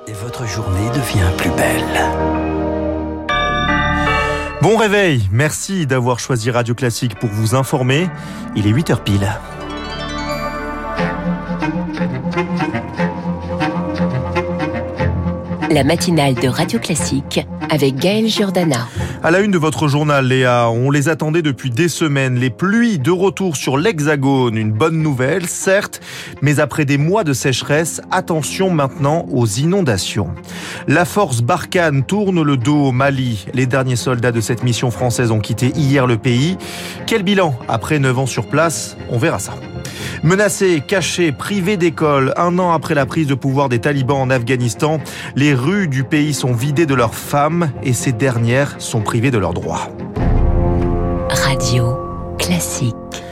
Et votre journée devient plus belle. Bon réveil, merci d'avoir choisi Radio Classique pour vous informer. Il est 8h pile. La matinale de Radio Classique avec Gaël Giordana. À la une de votre journal, Léa, on les attendait depuis des semaines. Les pluies de retour sur l'Hexagone, une bonne nouvelle, certes, mais après des mois de sécheresse, attention maintenant aux inondations. La force Barkhane tourne le dos au Mali. Les derniers soldats de cette mission française ont quitté hier le pays. Quel bilan après 9 ans sur place? On verra ça. Menacés, cachés, privés d'école, 1 an après la prise de pouvoir des talibans en Afghanistan, les rues du pays sont vidées de leurs femmes et ces dernières sont privées de leurs droits. Radio Classique.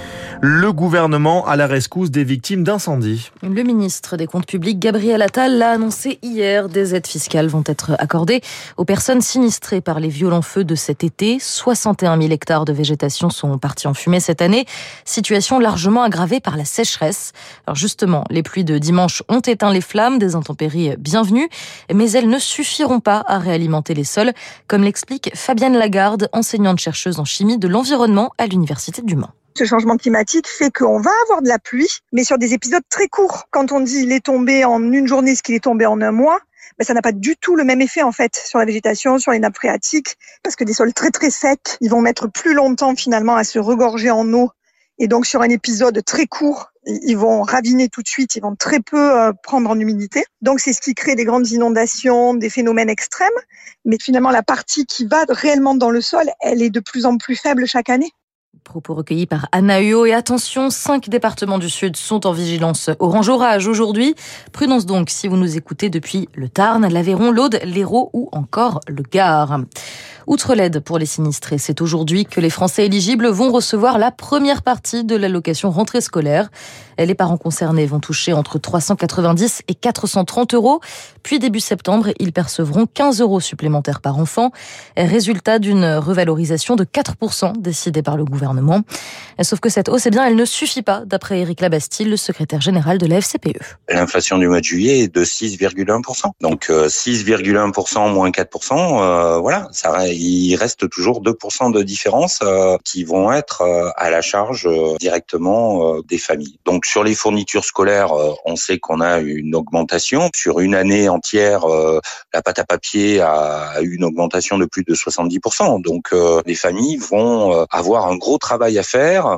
Le gouvernement à la rescousse des victimes d'incendie. Le ministre des Comptes publics, Gabriel Attal, l'a annoncé hier. Des aides fiscales vont être accordées aux personnes sinistrées par les violents feux de cet été. 61 000 hectares de végétation sont partis en fumée cette année. Situation largement aggravée par la sécheresse. Alors justement, les pluies de dimanche ont éteint les flammes, des intempéries bienvenues, mais elles ne suffiront pas à réalimenter les sols, comme l'explique Fabienne Lagarde, enseignante-chercheuse en chimie de l'environnement à l'Université du Mans. Ce changement climatique fait qu'on va avoir de la pluie, mais sur des épisodes très courts. Quand on dit il est tombé en une journée ce qu'il est tombé en un mois, ça n'a pas du tout le même effet en fait sur la végétation, sur les nappes phréatiques, parce que des sols très très secs, ils vont mettre plus longtemps finalement à se regorger en eau. Et donc sur un épisode très court, ils vont raviner tout de suite, ils vont très peu prendre en humidité. Donc c'est ce qui crée des grandes inondations, des phénomènes extrêmes. Mais finalement la partie qui va réellement dans le sol, elle est de plus en plus faible chaque année. Propos recueillis par Anna Huot. Et attention, 5 départements du Sud sont en vigilance orange orage aujourd'hui. Prudence donc si vous nous écoutez depuis le Tarn, l'Aveyron, l'Aude, l'Hérault ou encore le Gard. Outre l'aide pour les sinistrés, c'est aujourd'hui que les Français éligibles vont recevoir la première partie de l'allocation rentrée scolaire. Les parents concernés vont toucher entre 390 et 430 euros. Puis début septembre, ils percevront 15 euros supplémentaires par enfant. Résultat d'une revalorisation de 4% décidée par le gouvernement. Sauf que cette hausse, elle ne suffit pas, d'après Éric Labastille, le secrétaire général de la FCPE. L'inflation du mois de juillet est de 6,1%. Donc 6,1% moins 4%, voilà, il reste toujours 2% de différence qui vont être à la charge directement des familles. Donc sur les fournitures scolaires, on sait qu'on a une augmentation. Sur une année entière, la pâte à papier a eu une augmentation de plus de 70%. Donc les familles vont avoir un gros travail à faire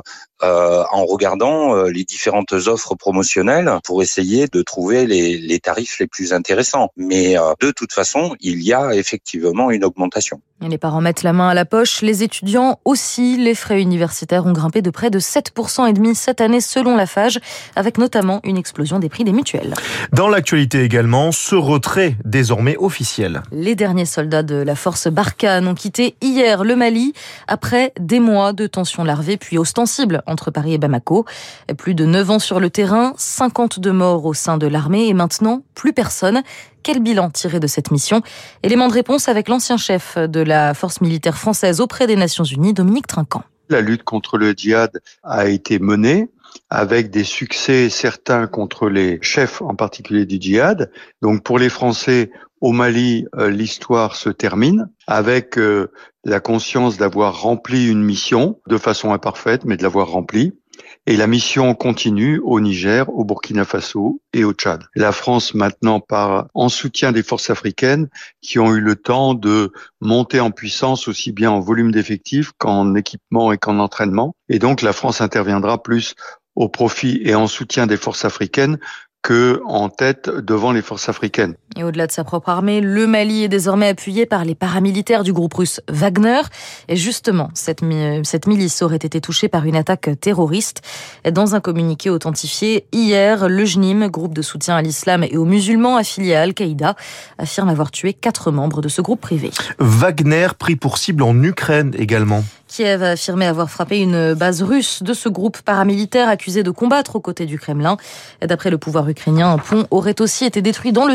en regardant les différentes offres promotionnelles pour essayer de trouver les tarifs les plus intéressants. Mais de toute façon, il y a effectivement une augmentation. Et les parents mettent la main à la poche, les étudiants aussi. Les frais universitaires ont grimpé de près de 7,5% cette année selon la FAGE, avec notamment une explosion des prix des mutuelles. Dans l'actualité également, ce retrait désormais officiel. Les derniers soldats de la force Barkhane ont quitté hier le Mali après des mois de tensions larvées puis ostensibles entre Paris et Bamako. Plus de 9 ans sur le terrain, 52 morts au sein de l'armée et maintenant plus personne. Quel bilan tiré de cette mission? Élément de réponse avec l'ancien chef de la force militaire française auprès des Nations Unies, Dominique Trinquant. La lutte contre le djihad a été menée avec des succès certains contre les chefs, en particulier du djihad. Donc pour les Français, au Mali, l'histoire se termine avec la conscience d'avoir rempli une mission, de façon imparfaite, mais de l'avoir remplie. Et la mission continue au Niger, au Burkina Faso et au Tchad. La France maintenant part en soutien des forces africaines qui ont eu le temps de monter en puissance aussi bien en volume d'effectifs qu'en équipement et qu'en entraînement. Et donc la France interviendra plus au profit et en soutien des forces africaines que en tête devant les forces africaines. Et au-delà de sa propre armée, le Mali est désormais appuyé par les paramilitaires du groupe russe Wagner. Et justement, cette milice aurait été touchée par une attaque terroriste. Dans un communiqué authentifié hier, le JNIM, groupe de soutien à l'islam et aux musulmans affiliés à Al-Qaïda, affirme avoir tué 4 membres de ce groupe privé. Wagner pris pour cible en Ukraine également. Kiev a affirmé avoir frappé une base russe de ce groupe paramilitaire accusé de combattre aux côtés du Kremlin. D'après le pouvoir ukrainien, un pont aurait aussi été détruit dans le sud, près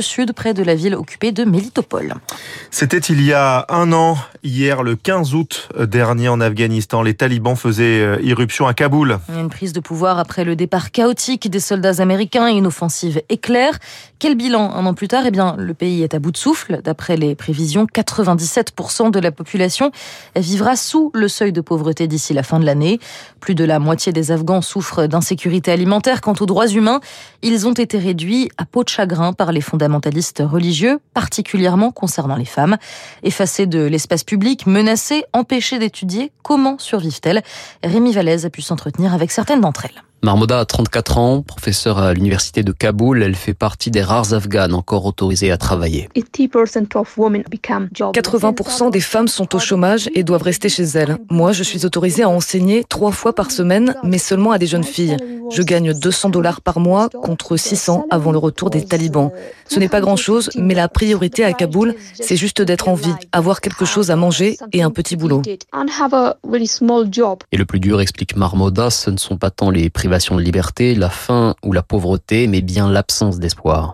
près de la ville occupée de Melitopol. C'était il y a un an, hier le 15 août dernier en Afghanistan. Les talibans faisaient irruption à Kaboul. Une prise de pouvoir après le départ chaotique des soldats américains et une offensive éclair. Quel bilan un an plus tard ? Le pays est à bout de souffle. D'après les prévisions, 97% de la population vivra sous le seuil de pauvreté d'ici la fin de l'année. Plus de la moitié des Afghans souffrent d'insécurité alimentaire. Quant aux droits humains, ils ont été réduits à peau de chagrin par les fondamentalistes religieux, particulièrement concernant les femmes. Effacées de l'espace public, menacées, empêchées d'étudier, comment survivent-elles ? Rémi Vallès a pu s'entretenir avec certaines d'entre elles. Mahmouda a 34 ans, professeure à l'université de Kaboul. Elle fait partie des rares Afghanes encore autorisées à travailler. 80% des femmes sont au chômage et doivent rester chez elles. Moi, je suis autorisée à enseigner 3 fois par semaine, mais seulement à des jeunes filles. Je gagne $200 par mois contre 600 avant le retour des talibans. Ce n'est pas grand-chose, mais la priorité à Kaboul, c'est juste d'être en vie, avoir quelque chose à manger et un petit boulot. Et le plus dur, explique Mahmouda, ce ne sont pas tant les privations de liberté, la faim ou la pauvreté, mais bien l'absence d'espoir.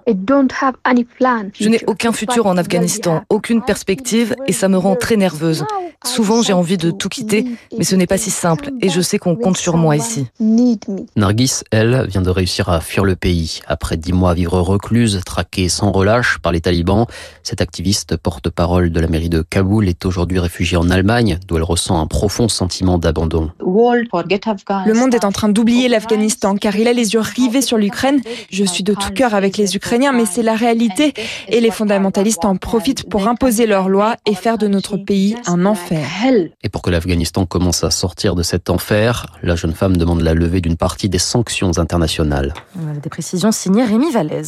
Je n'ai aucun futur en Afghanistan, aucune perspective et ça me rend très nerveuse. Souvent, j'ai envie de tout quitter, mais ce n'est pas si simple et je sais qu'on compte sur moi ici. Nargis, elle, vient de réussir à fuir le pays. Après 10 mois à vivre recluse, traquée sans relâche par les talibans, cette activiste porte-parole de la mairie de Kaboul est aujourd'hui réfugiée en Allemagne, d'où elle ressent un profond sentiment d'abandon. Le monde est en train d'oublier l'Afghanistan car il a les yeux rivés sur l'Ukraine. Je suis de tout cœur avec les Ukrainiens, mais c'est la réalité. Et les fondamentalistes en profitent pour imposer leurs lois et faire de notre pays un enfer. Et pour que l'Afghanistan commence à sortir de cet enfer, la jeune femme demande la levée d'une partie des sanctions internationales. Des précisions signées Rémi Vallès.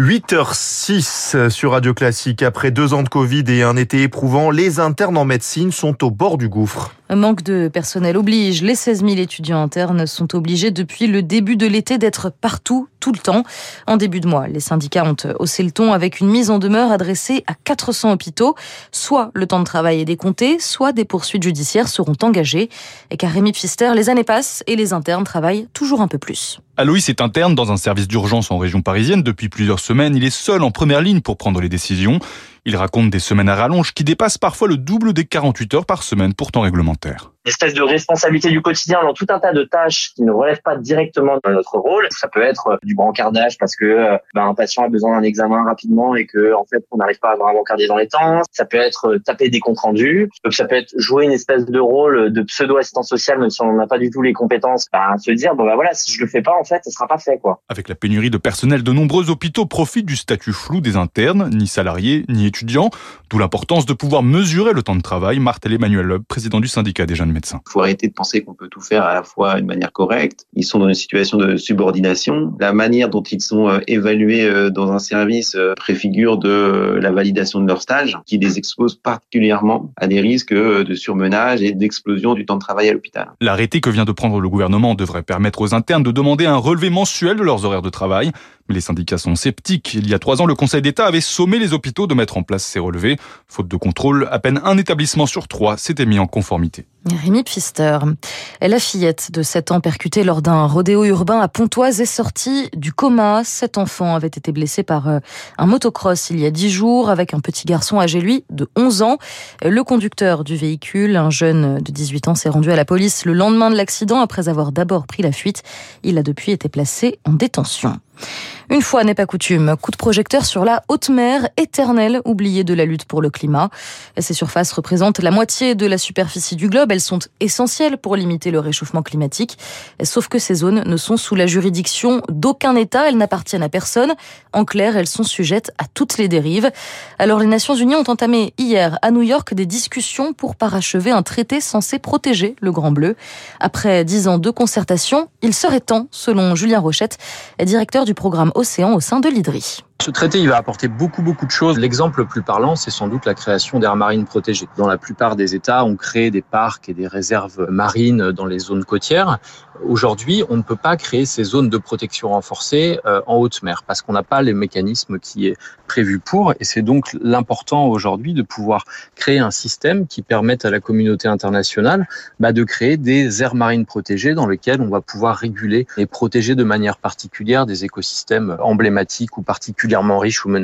8h06 sur Radio Classique. Après 2 ans de Covid et un été éprouvant, les internes en médecine sont au bord du gouffre. Un manque de personnel oblige. Les 16 000 étudiants internes sont obligés depuis le début de l'été d'être partout, tout le temps. En début de mois, les syndicats ont haussé le ton avec une mise en demeure adressée à 400 hôpitaux. Soit le temps de travail est décompté, soit des poursuites judiciaires seront engagées. Et car Rémi Pfister, les années passent et les internes travaillent toujours un peu plus. Aloïs est interne dans un service d'urgence en région parisienne depuis plusieurs semaines. Il est seul en première ligne pour prendre les décisions. Il raconte des semaines à rallonge qui dépassent parfois le double des 48 heures par semaine, pourtant réglementaires. Une espèce de responsabilité du quotidien dans tout un tas de tâches qui ne relèvent pas directement de notre rôle. Ça peut être du brancardage parce que un patient a besoin d'un examen rapidement et que en fait on n'arrive pas à avoir un brancardier dans les temps. Ça peut être taper des comptes rendus. Ça peut être jouer une espèce de rôle de pseudo-assistant social même si on n'a pas du tout les compétences. Se dire voilà, si je le fais pas en fait, ça sera pas fait quoi. Avec la pénurie de personnel, de nombreux hôpitaux profitent du statut flou des internes, ni salariés ni étudiants. D'où l'importance de pouvoir mesurer le temps de travail. Martel Emmanuel Loeb, président du syndicat des jeunes médecins. Il faut arrêter de penser qu'on peut tout faire à la fois de manière correcte. Ils sont dans une situation de subordination. La manière dont ils sont évalués dans un service préfigure de la validation de leur stage, qui les expose particulièrement à des risques de surmenage et d'explosion du temps de travail à l'hôpital. L'arrêté que vient de prendre le gouvernement devrait permettre aux internes de demander un relevé mensuel de leurs horaires de travail. Mais les syndicats sont sceptiques. Il y a 3 ans, le Conseil d'État avait sommé les hôpitaux de mettre en place ces relevés. Faute de contrôle, à peine un établissement sur 3 s'était mis en conformité. Rémi Pfister. La fillette de 7 ans percutée lors d'un rodéo urbain à Pontoise est sortie du coma. 7 enfants avaient été blessés par un motocross il y a 10 jours avec un petit garçon âgé, lui, de 11 ans. Le conducteur du véhicule, un jeune de 18 ans, s'est rendu à la police le lendemain de l'accident après avoir d'abord pris la fuite. Il a depuis été placé en détention. Une fois n'est pas coutume, coup de projecteur sur la haute mer, éternelle oubliée de la lutte pour le climat. Ces surfaces représentent la moitié de la superficie du globe. Elles sont essentielles pour limiter le réchauffement climatique. Sauf que ces zones ne sont sous la juridiction d'aucun État. Elles n'appartiennent à personne. En clair, elles sont sujettes à toutes les dérives. Alors les Nations Unies ont entamé hier à New York des discussions pour parachever un traité censé protéger le Grand Bleu. Après 10 ans de concertation, il serait temps, selon Julien Rochette, directeur du programme Océan au sein de l'IDRI. Ce traité, il va apporter beaucoup de choses. L'exemple le plus parlant, c'est sans doute la création d'aires marines protégées. Dans la plupart des États, on crée des parcs et des réserves marines dans les zones côtières. Aujourd'hui, on ne peut pas créer ces zones de protection renforcée en haute mer parce qu'on n'a pas les mécanismes qui est prévu pour. Et c'est donc l'important aujourd'hui de pouvoir créer un système qui permette à la communauté internationale de créer des aires marines protégées dans lesquelles on va pouvoir réguler et protéger de manière particulière des écosystèmes emblématiques ou particulièrement riches ou menacés.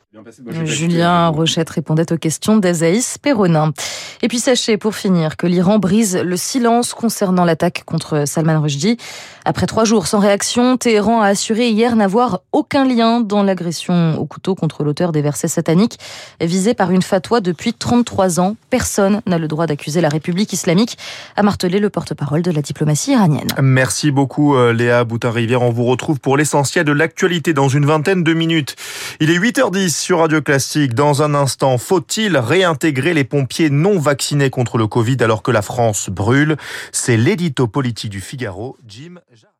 Julien Rochette répondait aux questions d'Azaïs Perronin. Et puis sachez, pour finir, que l'Iran brise le silence concernant l'attaque contre Salman Rushdie. Après 3 jours sans réaction, Téhéran a assuré hier n'avoir aucun lien dans l'agression au couteau contre l'auteur des versets sataniques visé par une fatwa depuis 33 ans. Personne n'a le droit d'accuser la République islamique, a martelé le porte-parole de la diplomatie iranienne. Merci beaucoup Léa Boutin-Rivière. On vous retrouve pour l'essentiel de l'actualité dans une vingtaine de minutes. Il est 8h10 sur Radio Classique. Dans un instant, faut-il réintégrer les pompiers non vaccinés contre le Covid alors que la France brûle ? C'est l'édito politique du Figaro, Jim.